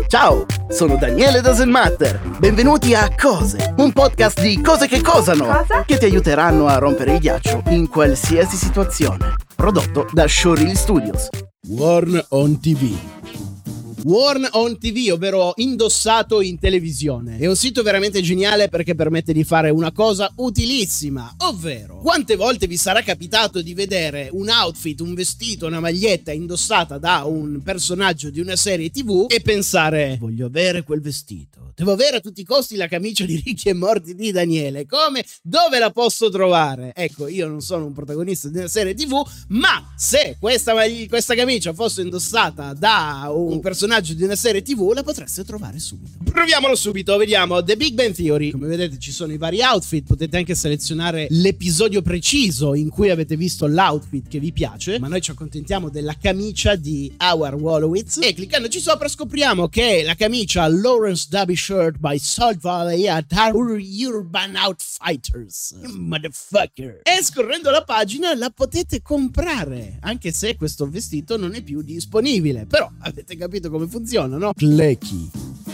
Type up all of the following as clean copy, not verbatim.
Ciao, sono Daniele Doesn't Matter. Benvenuti a Cose, un podcast di cose che cosano, che ti aiuteranno a rompere il ghiaccio in qualsiasi situazione. Prodotto da Showreel Studios. Warn on TV. Warn on TV, ovvero indossato in televisione. È un sito veramente geniale perché permette di fare una cosa utilissima, ovvero quante volte vi sarà capitato di vedere un outfit, un vestito, una maglietta indossata da un personaggio di una serie TV e pensare: voglio avere quel vestito, devo avere a tutti i costi la camicia di Ricchi e Morti di Daniele, come? Dove la posso trovare? Ecco, io non sono un protagonista di una serie TV, ma se questa camicia fosse indossata da un personaggio di una serie TV, la potreste trovare subito. Proviamolo subito, vediamo. The Big Bang Theory. Come vedete ci sono i vari outfit, potete anche selezionare l'episodio preciso in cui avete visto l'outfit che vi piace, ma noi ci accontentiamo della camicia di Howard Wolowitz e cliccandoci sopra scopriamo che la camicia Lawrence Darby Shirt by Salt Valley at Urban Outfitters, motherfucker, e scorrendo la pagina la potete comprare, anche se questo vestito non è più disponibile. Però avete capito come funziona, no? Clecky.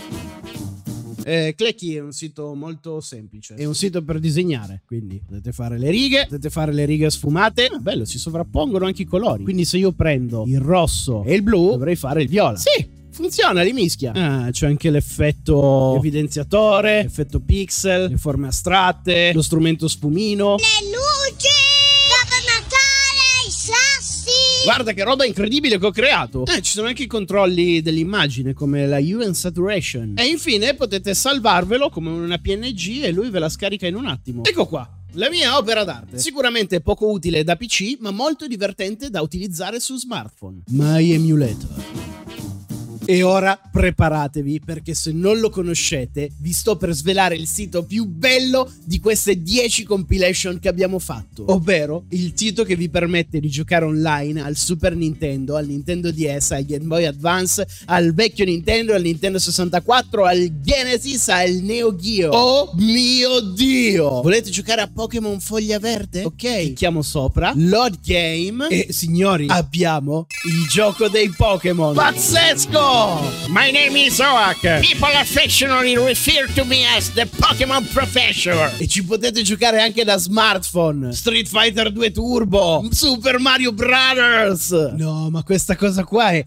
Clecky è un sito molto semplice, è un sito per disegnare, quindi potete fare le righe sfumate. Bello, si sovrappongono anche i colori, quindi se io prendo il rosso e il blu dovrei fare il viola. Sì, funziona, li mischia. C'è anche l'effetto evidenziatore, l'effetto pixel, le forme astratte, lo strumento sfumino, le luci, Babbo Natale, i sassi. Guarda che roba incredibile che ho creato. Ci sono anche i controlli dell'immagine come la hue and saturation. E infine potete salvarvelo come una PNG e lui ve la scarica in un attimo. Ecco qua, la mia opera d'arte. Sicuramente poco utile da PC, ma molto divertente da utilizzare su smartphone. My Emulator. E ora preparatevi, perché se non lo conoscete vi sto per svelare il sito più bello di queste 10 compilation che abbiamo fatto, ovvero il sito che vi permette di giocare online al Super Nintendo, al Nintendo DS, al Game Boy Advance, al vecchio Nintendo, al Nintendo 64, al Genesis, al Neo Geo. Oh mio Dio! Volete giocare a Pokémon Foglia Verde? Ok, clicchiamo sopra, Load Game, e signori, abbiamo il gioco dei Pokémon. Pazzesco! My name is Oak. People affectionately refer to me as the Pokémon Professor. E ci potete giocare anche da smartphone. Street Fighter 2 Turbo, Super Mario Brothers. No, ma questa cosa qua è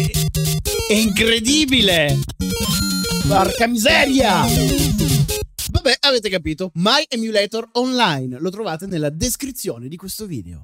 incredibile. Porca miseria. Vabbè, avete capito. My Emulator Online. Lo trovate nella descrizione di questo video.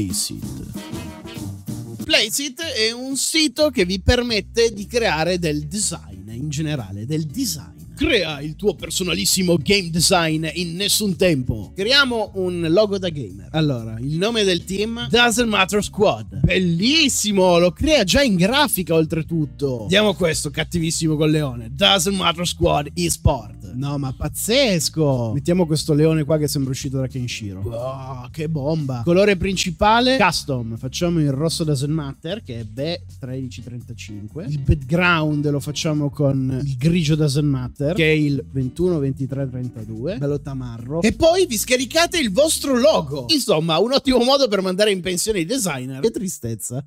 Placeit è un sito che vi permette di creare del design, in generale, del design. Crea il tuo personalissimo game design in nessun tempo. Creiamo un logo da gamer. Allora, il nome del team: Doesn't Matter Squad. Bellissimo, lo crea già in grafica oltretutto. Diamo questo cattivissimo col leone: Doesn't Matter Squad eSport. No, ma pazzesco. Mettiamo questo leone qua che sembra uscito da Kenshiro. Oh, che bomba. Colore principale custom, facciamo il rosso Doesn't Matter, che è B1335. Il background lo facciamo con il grigio Doesn't Matter, che è il 212332, bello tamarro. E poi vi scaricate il vostro logo. Insomma, un ottimo modo per mandare in pensione i designer. Che tristezza.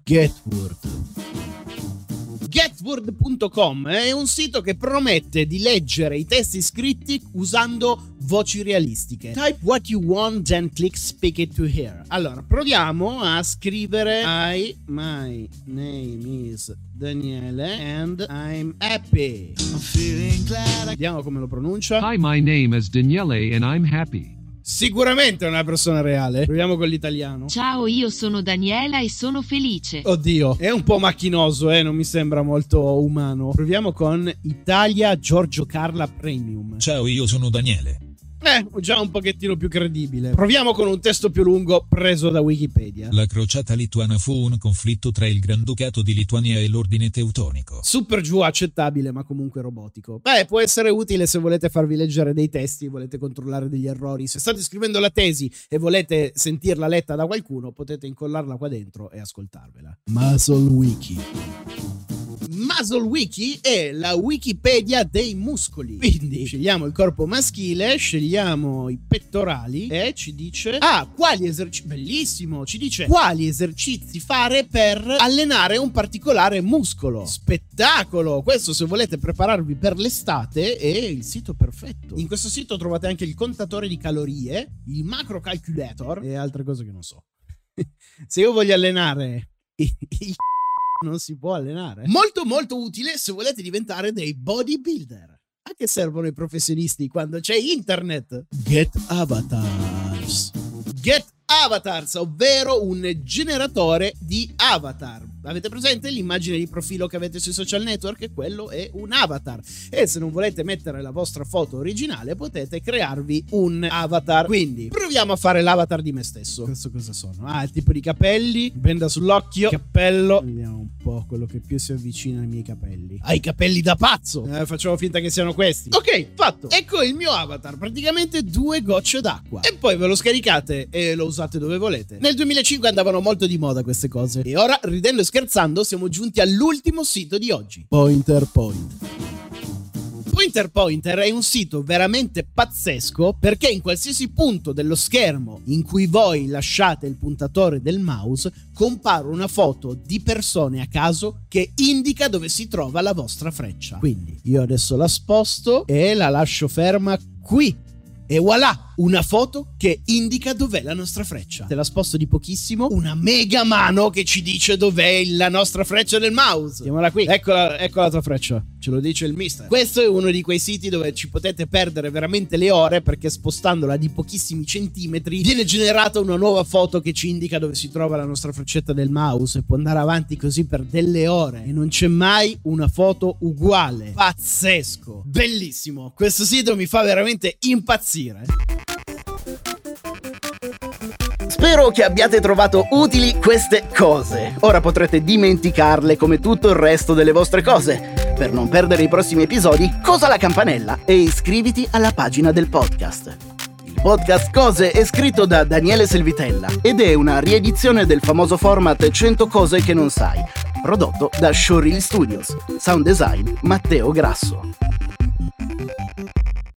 Getword.com è un sito che promette di leggere i testi scritti usando voci realistiche. Type what you want, then click speak it to hear. Allora, proviamo a scrivere my name is Daniele and I'm happy. Vediamo come lo pronuncia. Hi, my name is Daniele and I'm happy. Sicuramente è una persona reale. Proviamo con l'italiano. Ciao, io sono Daniela e sono felice. Oddio, è un po' macchinoso, non mi sembra molto umano. Proviamo con Italia Giorgio Carla Premium. Ciao, io sono Daniele. Già un pochettino più credibile. Proviamo con un testo più lungo preso da Wikipedia. La crociata lituana fu un conflitto tra il Granducato di Lituania e l'ordine teutonico. Super giù, accettabile, ma comunque robotico. Può essere utile se volete farvi leggere dei testi, volete controllare degli errori. Se state scrivendo la tesi e volete sentirla letta da qualcuno, potete incollarla qua dentro e ascoltarvela. Muscle Wiki. Muscle Wiki è la Wikipedia dei muscoli. Quindi scegliamo il corpo maschile, scegliamo i pettorali e ci dice quali esercizi, bellissimo, ci dice quali esercizi fare per allenare un particolare muscolo. Spettacolo! Questo, se volete prepararvi per l'estate, è il sito perfetto. In questo sito trovate anche il contatore di calorie, il macro calculator e altre cose che non so. Se io voglio allenare il non si può allenare. Molto molto utile se volete diventare dei bodybuilder. A che servono i professionisti quando c'è internet? Get Avatars. Get Avatars, ovvero un generatore di avatar. Avete presente l'immagine di profilo che avete sui social network? Quello è un avatar. E se non volete mettere la vostra foto originale, potete crearvi un avatar. Quindi proviamo a fare l'avatar di me stesso. Questo cosa sono? Il tipo di capelli, benda sull'occhio, cappello. Vediamo un po' quello che più si avvicina ai miei capelli. I capelli da pazzo. Facciamo finta che siano questi. Ok, fatto. Ecco il mio avatar, praticamente 2 gocce d'acqua. E poi ve lo scaricate e lo usate dove volete. Nel 2005 andavano molto di moda queste cose. E ora, ridendo e scherzando, siamo giunti all'ultimo sito di oggi. Pointer Point. Pointer Pointer è un sito veramente pazzesco perché in qualsiasi punto dello schermo in cui voi lasciate il puntatore del mouse compare una foto di persone a caso che indica dove si trova la vostra freccia. Quindi io adesso la sposto e la lascio ferma qui. E voilà, una foto che indica dov'è la nostra freccia. Te la sposto di pochissimo, una mega mano che ci dice dov'è la nostra freccia del mouse. Mettiamola qui, ecco la tua freccia, ce lo dice il mister. Questo è uno di quei siti dove ci potete perdere veramente le ore, perché spostandola di pochissimi centimetri viene generata una nuova foto che ci indica dove si trova la nostra freccetta del mouse, e può andare avanti così per delle ore e non c'è mai una foto uguale. Pazzesco, bellissimo, questo sito mi fa veramente impazzire. Spero che abbiate trovato utili queste cose. Ora potrete dimenticarle come tutto il resto delle vostre cose. Per non perdere i prossimi episodi, cosa la campanella e iscriviti alla pagina del podcast. Il podcast Cose è scritto da Daniele Selvitella ed è una riedizione del famoso format 100 cose che non sai, prodotto da Showreel Studios. Sound design Matteo Grasso.